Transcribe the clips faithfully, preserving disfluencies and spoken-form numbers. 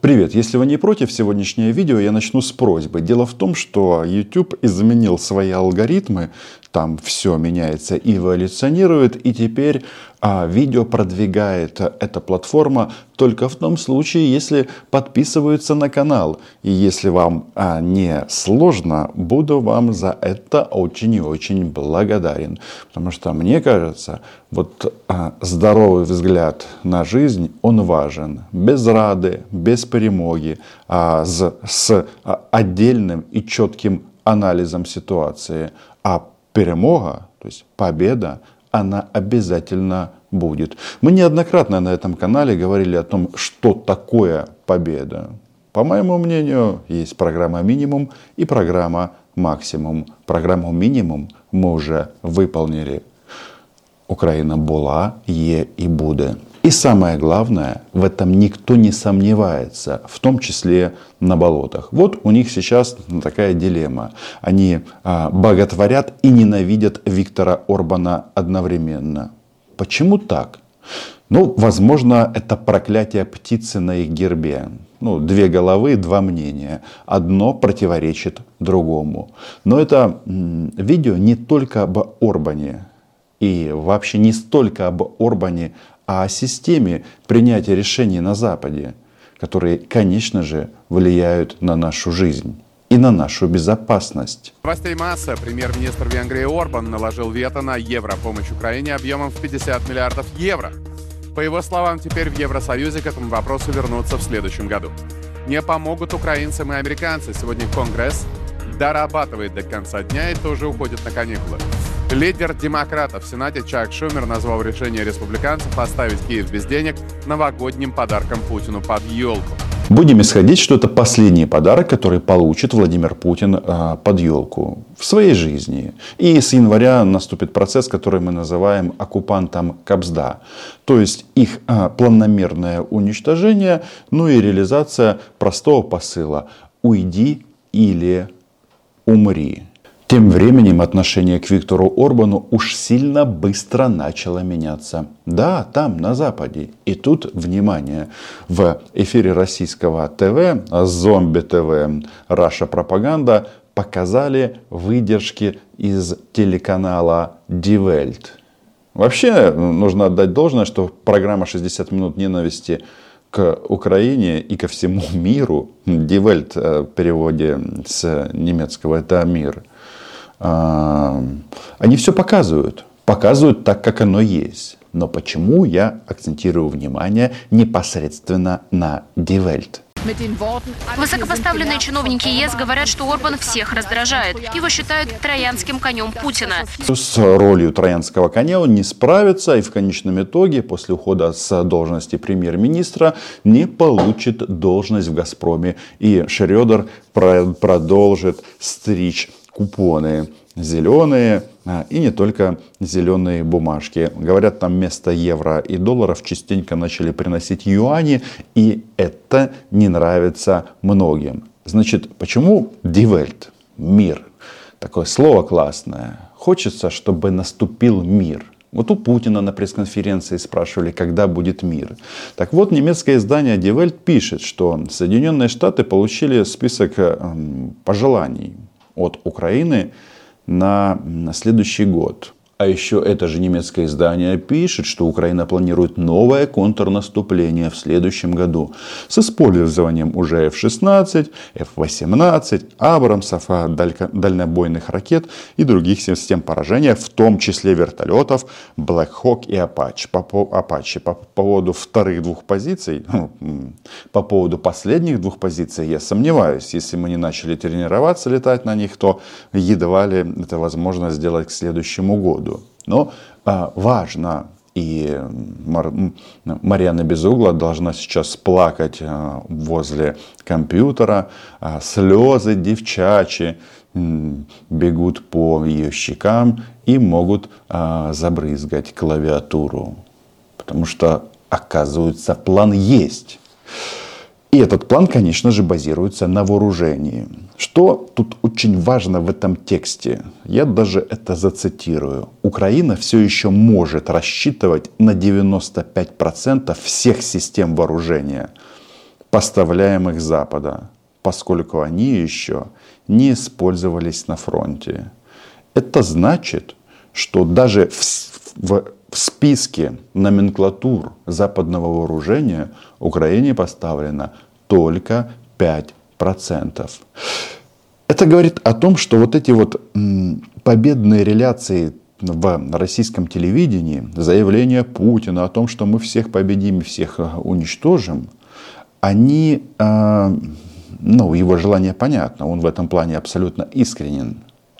Привет! Если вы не против, сегодняшнее видео я начну с просьбы. Дело в том, что YouTube изменил свои алгоритмы, там все меняется и эволюционирует, и теперь а, видео продвигает эта платформа только в том случае, если подписываются на канал. И если вам а, не сложно, буду вам за это очень и очень благодарен. Потому что мне кажется, вот а, здоровый взгляд на жизнь, он важен. Без рады, без перемоги, а, с, с а, отдельным и четким анализом ситуации. А перемога, то есть победа, она обязательно будет. Мы неоднократно на этом канале говорили о том, что такое победа. По моему мнению, есть программа «Минимум» и программа «Максимум». Программу «Минимум» мы уже выполнили. Украина була, є и буде. И самое главное, в этом никто не сомневается, в том числе на болотах. Вот у них сейчас такая дилемма. Они а, боготворят и ненавидят Виктора Орбана одновременно. Почему так? Ну, возможно, это проклятие птицы на их гербе. Ну, две головы, два мнения. Одно противоречит другому. Но это м- видео не только об Орбане. И вообще не столько об Орбане, а о системе принятия решений на Западе, которые, конечно же, влияют на нашу жизнь и на нашу безопасность. Новостей масса. Премьер-министр Венгрии Орбан наложил вето на европомощь Украине объемом в пятьдесят миллиардов евро. По его словам, теперь в Евросоюзе к этому вопросу вернутся в следующем году. Не помогут украинцам и американцы. Сегодня Конгресс дорабатывает до конца дня и тоже уходит на каникулы. Лидер демократов в Сенате Чак Шумер назвал решение республиканцев оставить Киев без денег новогодним подарком Путину под елку. Будем исходить, что это последний подарок, который получит Владимир Путин э, под елку в своей жизни. И с января наступит процесс, который мы называем оккупантом Кабзда. То есть их э, планомерное уничтожение, ну и реализация простого посыла: уйди или умри. Тем временем отношение к Виктору Орбану уж сильно быстро начало меняться. Да, там, на Западе. И тут, внимание, в эфире российского ТВ, Зомби ТВ, Раша Пропаганда, показали выдержки из телеканала Die Welt. Вообще, нужно отдать должное, что программа шестьдесят минут ненависти к Украине и ко всему миру, Die Welt в переводе с немецкого это мир, они все показывают. Показывают так, как оно есть. Но почему я акцентирую внимание непосредственно на Die Welt? Высокопоставленные чиновники ЕС говорят, что Орбан всех раздражает. Его считают троянским конем Путина. С ролью троянского коня он не справится и в конечном итоге после ухода с должности премьер-министра не получит должность в «Газпроме». И Шредер продолжит стричь купоны зеленые и не только зеленые бумажки. Говорят, там вместо евро и долларов частенько начали приносить юани, и это не нравится многим. Значит, почему Die Welt? Мир. Такое слово классное. Хочется, чтобы наступил мир. Вот у Путина на пресс-конференции спрашивали, когда будет мир. Так вот, немецкое издание Die Welt пишет, что Соединенные Штаты получили список пожеланий от Украины на следующий год. А еще это же немецкое издание пишет, что Украина планирует новое контрнаступление в следующем году с использованием уже эф шестнадцать, эф восемнадцать, Абрамсов, дальнобойных ракет и других систем поражения, в том числе вертолетов Black Hawk и Apache. По, Apache. По поводу вторых двух позиций, по поводу последних двух позиций я сомневаюсь. Если мы не начали тренироваться летать на них, то едва ли это возможно сделать к следующему году. Но а, важно, и Мар... Марьяна Безугла должна сейчас плакать а, возле компьютера, а, слезы девчачьи м, бегут по ее щекам и могут а, забрызгать клавиатуру. Потому что, оказывается, план есть. И этот план, конечно же, базируется на вооружении. Что тут очень важно в этом тексте? Я даже это зацитирую. Украина все еще может рассчитывать на девяносто пять процентов всех систем вооружения. поставляемых с Запада, поскольку они еще не использовались на фронте. Это значит, что даже в, в, в списке номенклатур западного вооружения Украине поставлено только пять процентов. Это говорит о том, что вот эти вот м, победные реляции в российском телевидении, заявления Путина о том, что мы всех победим и всех уничтожим, они, э, ну, его желание понятно, он в этом плане абсолютно искренен,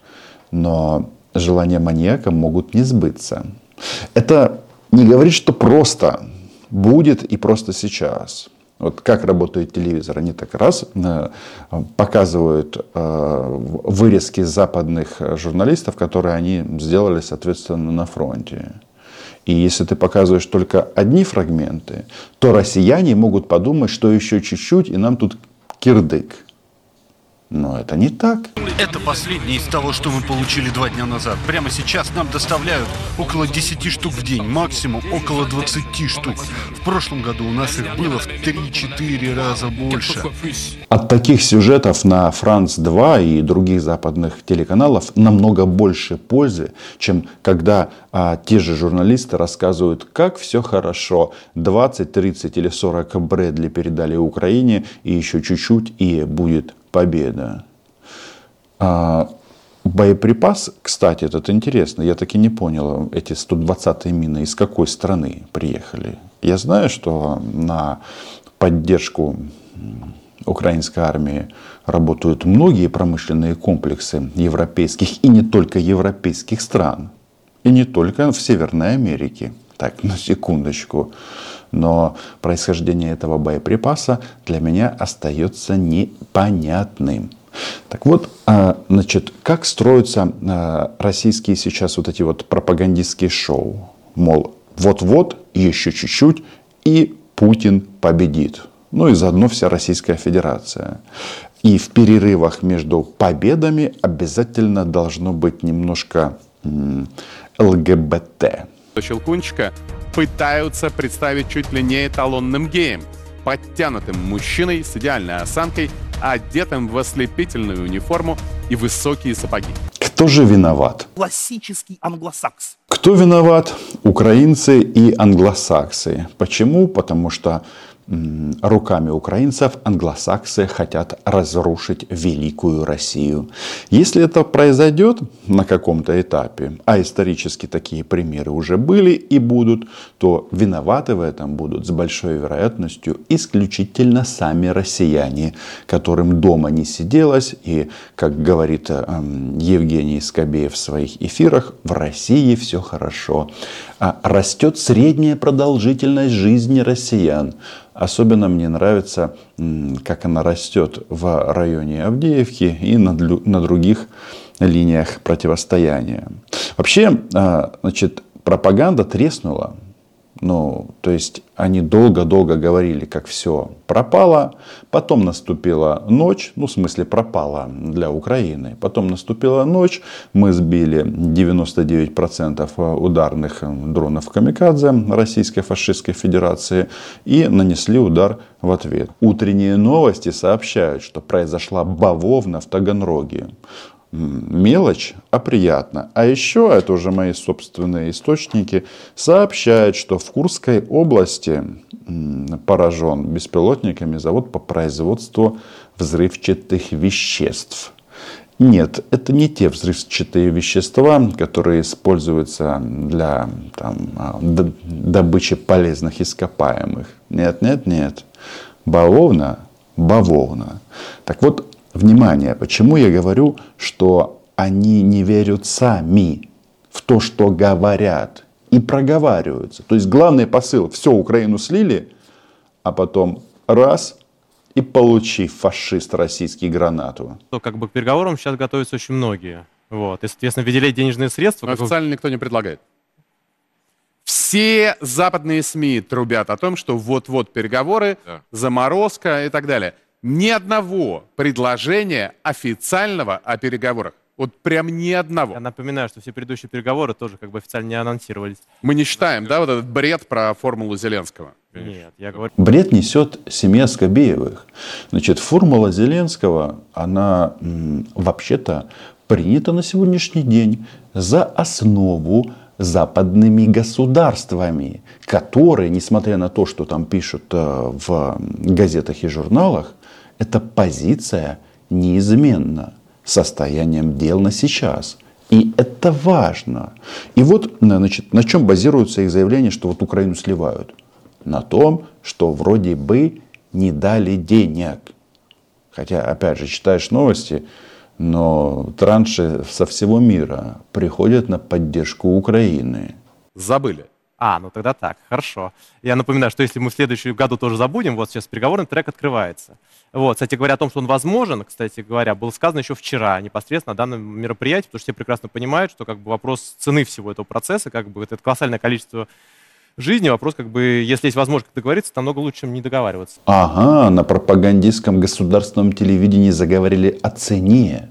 но желания маньяка могут не сбыться. Это не говорит, что просто будет и просто сейчас. Вот как работает телевизор, они так раз э, показывают э, вырезки западных журналистов, которые они сделали, соответственно, на фронте. И если ты показываешь только одни фрагменты, то россияне могут подумать, что еще чуть-чуть, и нам тут кирдык. Но это не так. Это последнее из того, что мы получили два дня назад. Прямо сейчас нам доставляют около десяти штук в день, максимум около двадцати штук. В прошлом году у нас их было в три-четыре раза больше. От таких сюжетов на Франс два и других западных телеканалов намного больше пользы, чем когда а, те же журналисты рассказывают, как все хорошо. двадцать, тридцать или сорок Брэдли передали Украине, и еще чуть-чуть, и будет победа. А, боеприпас, кстати, это интересно, я таки не понял, эти сто двадцатые мины из какой страны приехали. Я знаю, что на поддержку украинской армии работают многие промышленные комплексы европейских и не только европейских стран. И не только в Северной Америке. Так, на секундочку. Но происхождение этого боеприпаса для меня остается непонятным. Так вот, значит, как строятся российские сейчас вот эти вот пропагандистские шоу? Мол, вот-вот, еще чуть-чуть, и Путин победит. Ну и заодно вся Российская Федерация. И в перерывах между победами обязательно должно быть немножко м- ЛГБТ. Щелкунчика пытаются представить чуть ли не эталонным геем, подтянутым мужчиной с идеальной осанкой, одетым в ослепительную униформу и высокие сапоги. Кто же виноват? Классический англосакс. Кто виноват? Украинцы и англосаксы. Почему? Потому что м, руками украинцев англосаксы хотят разрушить великую Россию. Если это произойдет на каком-то этапе, а исторически такие примеры уже были и будут, то виноваты в этом будут с большой вероятностью исключительно сами россияне, которым дома не сиделось. И, как говорит э, Евгений Скобеев в своих эфирах, в России все хорошо. А растет средняя продолжительность жизни россиян. Особенно мне нравится, как она растет в районе Авдеевки и на, на других линиях противостояния. Вообще, значит, пропаганда треснула. Ну, то есть они долго-долго говорили, как все пропало. Потом наступила ночь, ну, в смысле пропало для Украины. Потом наступила ночь, мы сбили девяносто девять процентов ударных дронов камикадзе Российской фашистской Федерации и нанесли удар в ответ. Утренние новости сообщают, что произошла бавовна в Таганроге. Мелочь, а приятно. А еще, это уже мои собственные источники, сообщают, что в Курской области поражен беспилотниками завод по производству взрывчатых веществ. Нет, это не те взрывчатые вещества, которые используются для там, добычи полезных ископаемых. Нет, нет, нет. Бавовна, бавовна. Так вот, внимание, почему я говорю, что они не верят сами в то, что говорят, и проговариваются. То есть главный посыл: все, Украину слили, а потом раз и получи, фашист российский, гранату. То как бы к переговорам сейчас готовятся очень многие. Вот. И, соответственно, выделять денежные средства. Но официально никто не предлагает. Все западные СМИ трубят о том, что вот-вот переговоры, да. заморозка и так далее. Ни одного предложения официального о переговорах. Вот прям ни одного. Я напоминаю, что все предыдущие переговоры тоже как бы официально не анонсировались. Мы не считаем, да, вот этот бред про формулу Зеленского? Нет, я говорю... Бред несет семья Скобеевых. Значит, формула Зеленского, она м, вообще-то принята на сегодняшний день за основу западными государствами, которые, несмотря на то, что там пишут э, в газетах и журналах, эта позиция неизменна состоянием дел на сейчас. И это важно. И вот, значит, на чем базируются их заявления, что вот Украину сливают? На том, что вроде бы не дали денег. Хотя, опять же, читаешь новости, но транши со всего мира приходят на поддержку Украины. Забыли. А, ну тогда так, хорошо. Я напоминаю, что если мы в следующем году тоже забудем, вот сейчас переговорный трек открывается. Вот, кстати говоря, о том, что он возможен, кстати говоря, было сказано еще вчера, непосредственно на данном мероприятии, потому что все прекрасно понимают, что как бы вопрос цены всего этого процесса, как бы это колоссальное количество жизни, вопрос, как бы, если есть возможность договориться, намного лучше, чем не договариваться. Ага, на пропагандистском государственном телевидении заговорили о цене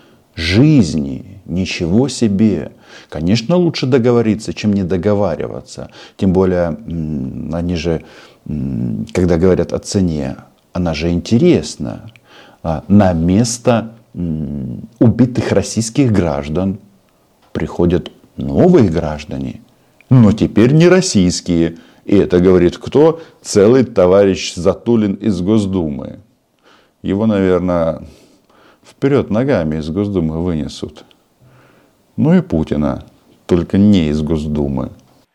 жизни. Ничего себе. Конечно, лучше договориться, чем не договариваться. Тем более, они же, когда говорят о цене, она же интересна. На место убитых российских граждан приходят новые граждане, но теперь не российские. И это говорит кто? Целый товарищ Затулин из Госдумы. Его, наверное, вперед ногами из Госдумы вынесут. Ну и Путина, только не из Госдумы.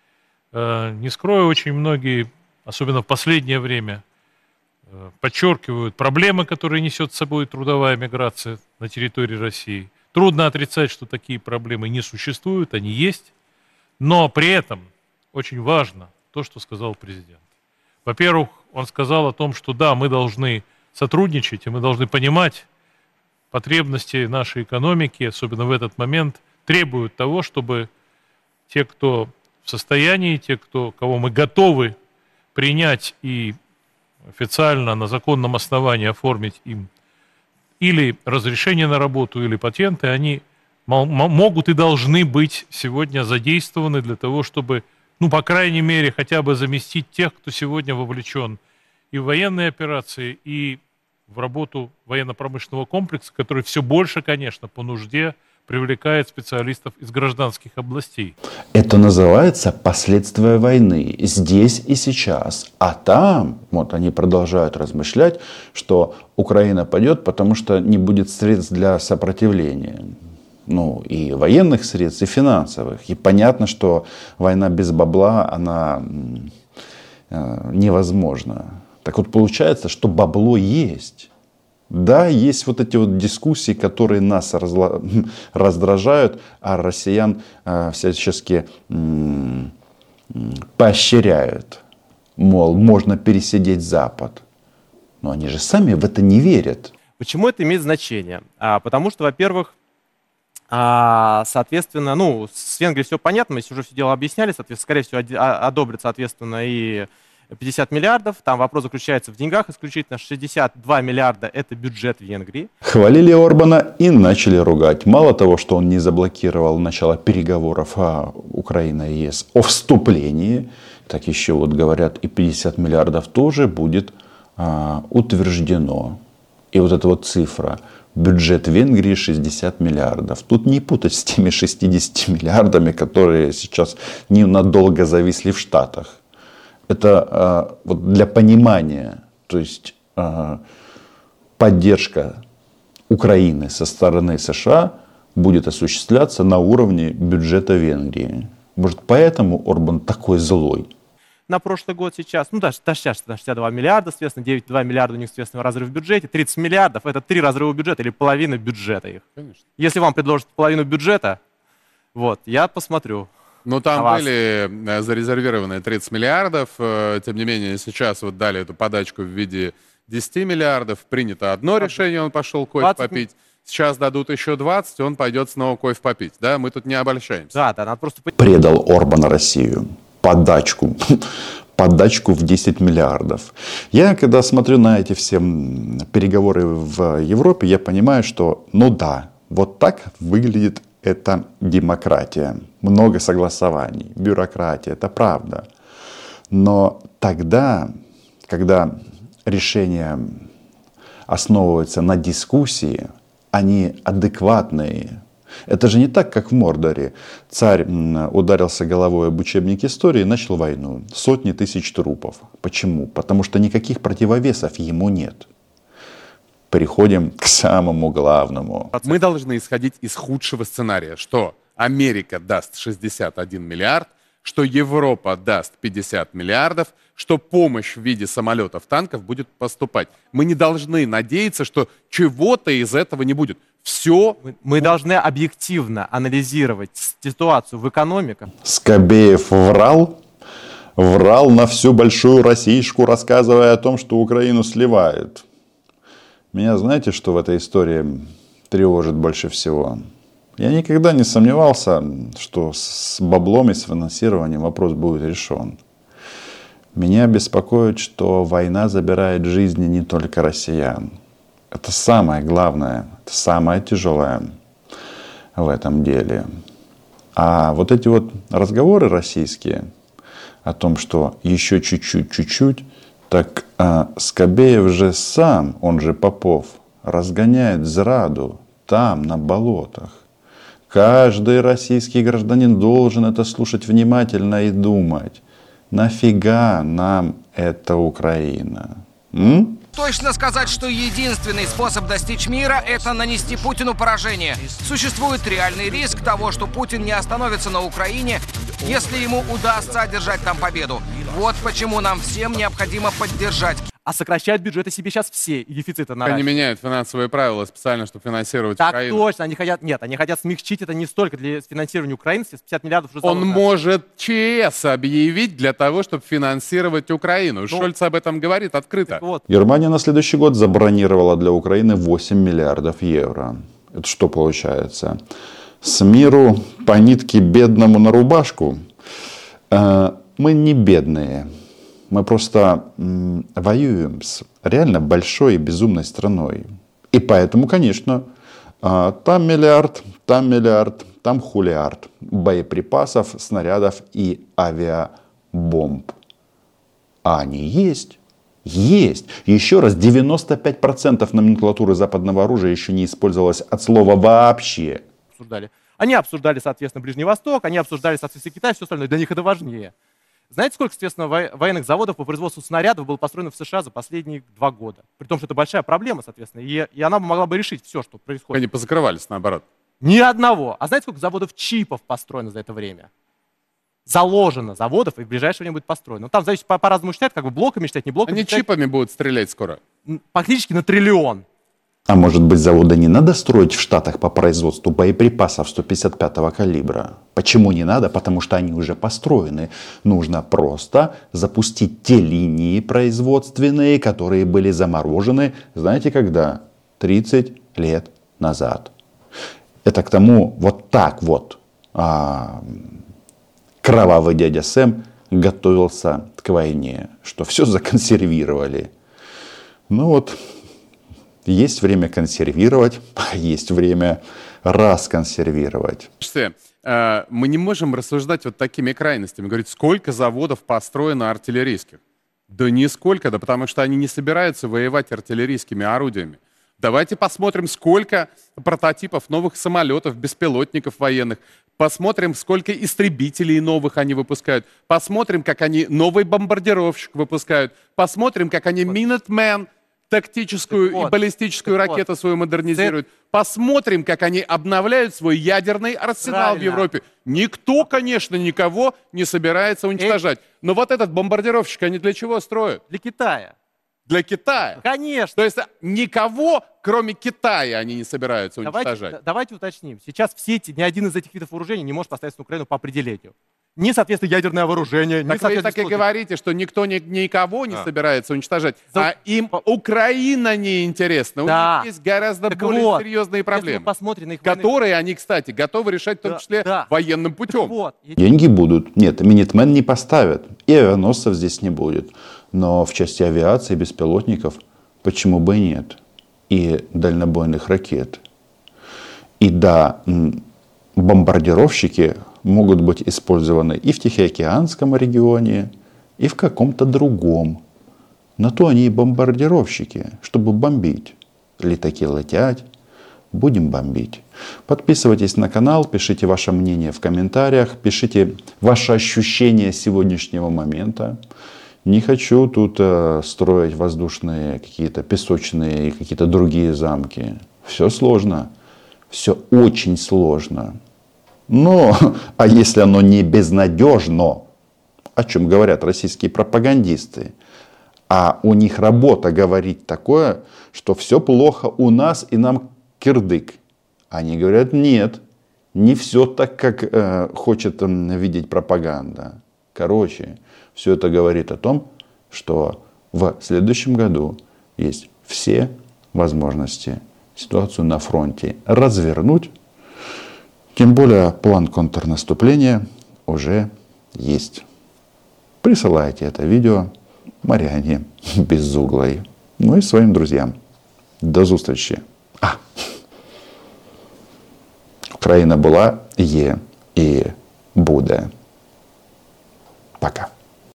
Не скрою, очень многие, особенно в последнее время, подчеркивают проблемы, которые несет с собой трудовая миграция на территории России. Трудно отрицать, что такие проблемы не существуют, они есть. Но при этом очень важно то, что сказал президент. Во-первых, он сказал о том, что да, мы должны сотрудничать, и мы должны понимать потребности нашей экономики, особенно в этот момент, требуют того, чтобы те, кто в состоянии, те, кто, кого мы готовы принять и официально на законном основании оформить им или разрешение на работу, или патенты, они могут и должны быть сегодня задействованы для того, чтобы, ну, по крайней мере, хотя бы заместить тех, кто сегодня вовлечен и в военные операции, и в работу военно-промышленного комплекса, который все больше, конечно, по нужде привлекает специалистов из гражданских областей. Это называется последствия войны здесь и сейчас. А там, вот они продолжают размышлять, что Украина падет, потому что не будет средств для сопротивления. Ну, и военных средств, и финансовых. И понятно, что война без бабла, она э, невозможна. Так вот, получается, что бабло есть. Да, есть вот эти вот дискуссии, которые нас разла... раздражают, а россиян э, всячески э, поощряют. Мол, можно пересидеть Запад. Но они же сами в это не верят. Почему это имеет значение? А, потому что, во-первых, а, соответственно, ну, с Венгрией все понятно, мы уже все дело объясняли, соответственно, скорее всего, одобрят, соответственно, и пятьдесят миллиардов. Там вопрос заключается в деньгах исключительно. шестьдесят два миллиарда – это бюджет Венгрии. Хвалили Орбана и начали ругать. Мало того, что он не заблокировал начало переговоров Украины и ЕС о вступлении, так еще вот говорят, и пятьдесят миллиардов тоже будет а, утверждено. И вот эта вот цифра. Бюджет Венгрии шестьдесят миллиардов. Тут не путать с теми шестьюдесятью миллиардами, которые сейчас ненадолго зависли в Штатах. Это э, вот для понимания, то есть э, поддержка Украины со стороны США будет осуществляться на уровне бюджета Венгрии. Может, поэтому Орбан такой злой? На прошлый год сейчас, ну даже, даже сейчас шестьдесят два миллиарда, соответственно, девять целых два миллиарда у них, соответственно, разрыв в бюджете, тридцать миллиардов – это три разрыва бюджета или половина бюджета их. Конечно. Если вам предложат половину бюджета, вот, я посмотрю. Ну, там были зарезервированы тридцать миллиардов, тем не менее, сейчас вот дали эту подачку в виде десяти миллиардов, принято одно решение, он пошел кофе попить, сейчас дадут еще двадцать, он пойдет снова кофе попить, да, мы тут не обольщаемся. Да, да, надо просто... Предал Орбан Россию, подачку, подачку в десять миллиардов. Я, когда смотрю на эти все переговоры в Европе, я понимаю, что, ну да, Вот так выглядит эта демократия. Много согласований, бюрократия, это правда. Но тогда, когда решения основываются на дискуссии, они адекватные. Это же не так, как в Мордоре. Царь ударился головой об учебник истории и начал войну. Сотни тысяч трупов. Почему? Потому что никаких противовесов ему нет. Переходим к самому главному. Мы должны исходить из худшего сценария, что Америка даст шестьдесят один миллиард, что Европа даст пятьдесят миллиардов, что помощь в виде самолетов, танков будет поступать. Мы не должны надеяться, что чего-то из этого не будет. Все. Мы, мы должны объективно анализировать ситуацию в экономике. Скобеев врал, врал на всю большую российскую, рассказывая о том, что Украину сливают. Меня, знаете, что в этой истории тревожит больше всего? Я никогда не сомневался, что с баблом и с финансированием вопрос будет решен. Меня беспокоит, что война забирает жизни не только россиян. Это самое главное, это самое тяжелое в этом деле. А вот эти вот разговоры российские о том, что еще чуть-чуть, чуть-чуть, так а, Скобеев же сам, он же Попов, разгоняет зраду там, на болотах. Каждый российский гражданин должен это слушать внимательно и думать. Нафига нам эта Украина? М? Точно сказать, что единственный способ достичь мира – это нанести Путину поражение. Существует реальный риск того, что Путин не остановится на Украине, если ему удастся одержать там победу. Вот почему нам всем необходимо поддержать. А сокращают бюджеты себе сейчас все, и дефициты наращивают. Они меняют финансовые правила специально, чтобы финансировать так Украину. Точно, они хотят, нет, они хотят смягчить это не столько для финансирования Украины, пятьдесят миллиардов уже Он заложено. может ЧС объявить для того, чтобы финансировать Украину. Ну, Шольц об этом говорит открыто. Вот. Германия на следующий год забронировала для Украины восемь миллиардов евро. Это что получается? С миру по нитке бедному на рубашку. Э, мы не бедные. Мы просто м, воюем с реально большой и безумной страной. И поэтому, конечно, э, там миллиард, там миллиард, там хулиард боеприпасов, снарядов и авиабомб. А они есть. Есть. Еще раз, девяносто пять процентов номенклатуры западного оружия еще не использовалось от слова вообще. Обсуждали. Они обсуждали, соответственно, Ближний Восток, они обсуждали, соответственно, Китай, все остальное. Для них это важнее. Знаете, сколько, соответственно, военных заводов по производству снарядов было построено в США за последние два года? При том, что это большая проблема, соответственно, и, и она могла бы решить все, что происходит. Они позакрывались, наоборот. Ни одного. А знаете, сколько заводов чипов построено за это время? Заложено заводов, и в ближайшее время будет построено. Но там зависит, по- по-разному считать, как бы блоками считать, не блоками Они считать. чипами будут стрелять скоро. Практически на триллион. А может быть, заводы не надо строить в Штатах по производству боеприпасов сто пятьдесят пятого калибра? Почему не надо? Потому что они уже построены. Нужно просто запустить те линии производственные, которые были заморожены, знаете когда? тридцать лет назад. Это к тому, вот так вот а, кровавый дядя Сэм готовился к войне, что все законсервировали. Ну вот... Есть время консервировать, а есть время расконсервировать. Слушайте, э, мы не можем рассуждать вот такими крайностями. Говорить, сколько заводов построено артиллерийских? Да нисколько, да потому что они не собираются воевать артиллерийскими орудиями. Давайте посмотрим, сколько прототипов новых самолетов, беспилотников военных. Посмотрим, сколько истребителей новых они выпускают. Посмотрим, как они новый бомбардировщик выпускают. Посмотрим, как они Minuteman, тактическую вот, и баллистическую ракету вот. свою модернизируют. Посмотрим, как они обновляют свой ядерный арсенал Правильно. в Европе. Никто, конечно, никого не собирается уничтожать. Но вот этот бомбардировщик они для чего строят? Для Китая. Для Китая. Конечно. То есть никого, кроме Китая, они не собираются Давайте, уничтожать. да- давайте уточним. Сейчас все эти, ни один из этих видов вооружений не может поставить на Украину по определению. Ни, соответственно, ядерное вооружение, ни, Так вы соответственно, так и беспилотники. говорите, что никто ни- никого не А. собирается уничтожать, За- а им Украина не интересна. Да. У них есть гораздо Так более вот, серьезные Если проблемы, вы посмотрите на их военных- которые они, кстати, готовы решать в том Да, числе да. военным путем. Вот. И- Деньги будут. Нет, Минитмен не поставят. И авианосцев здесь не будет. Но в части авиации, беспилотников, почему бы и нет? И дальнобойных ракет. И да, бомбардировщики могут быть использованы и в Тихоокеанском регионе, и в каком-то другом. На то они и бомбардировщики, чтобы бомбить. Летаки летят, будем бомбить. Подписывайтесь на канал, пишите ваше мнение в комментариях, пишите ваши ощущения сегодняшнего момента. Не хочу тут э, строить воздушные какие-то песочные и какие-то другие замки. Все сложно. Все очень сложно. Но, а если оно не безнадежно, о чем говорят российские пропагандисты, а у них работа говорить такое, что все плохо у нас и нам кирдык. Они говорят, нет, не все так, как э, хочет э, видеть пропаганда. Короче, все это говорит о том, что в следующем году есть все возможности ситуацию на фронте развернуть. Тем более план контрнаступления уже есть. Присылайте это видео Марьяне Безуглой, ну и своим друзьям. До зустрічі. А. Україна була, є і буде. Пока.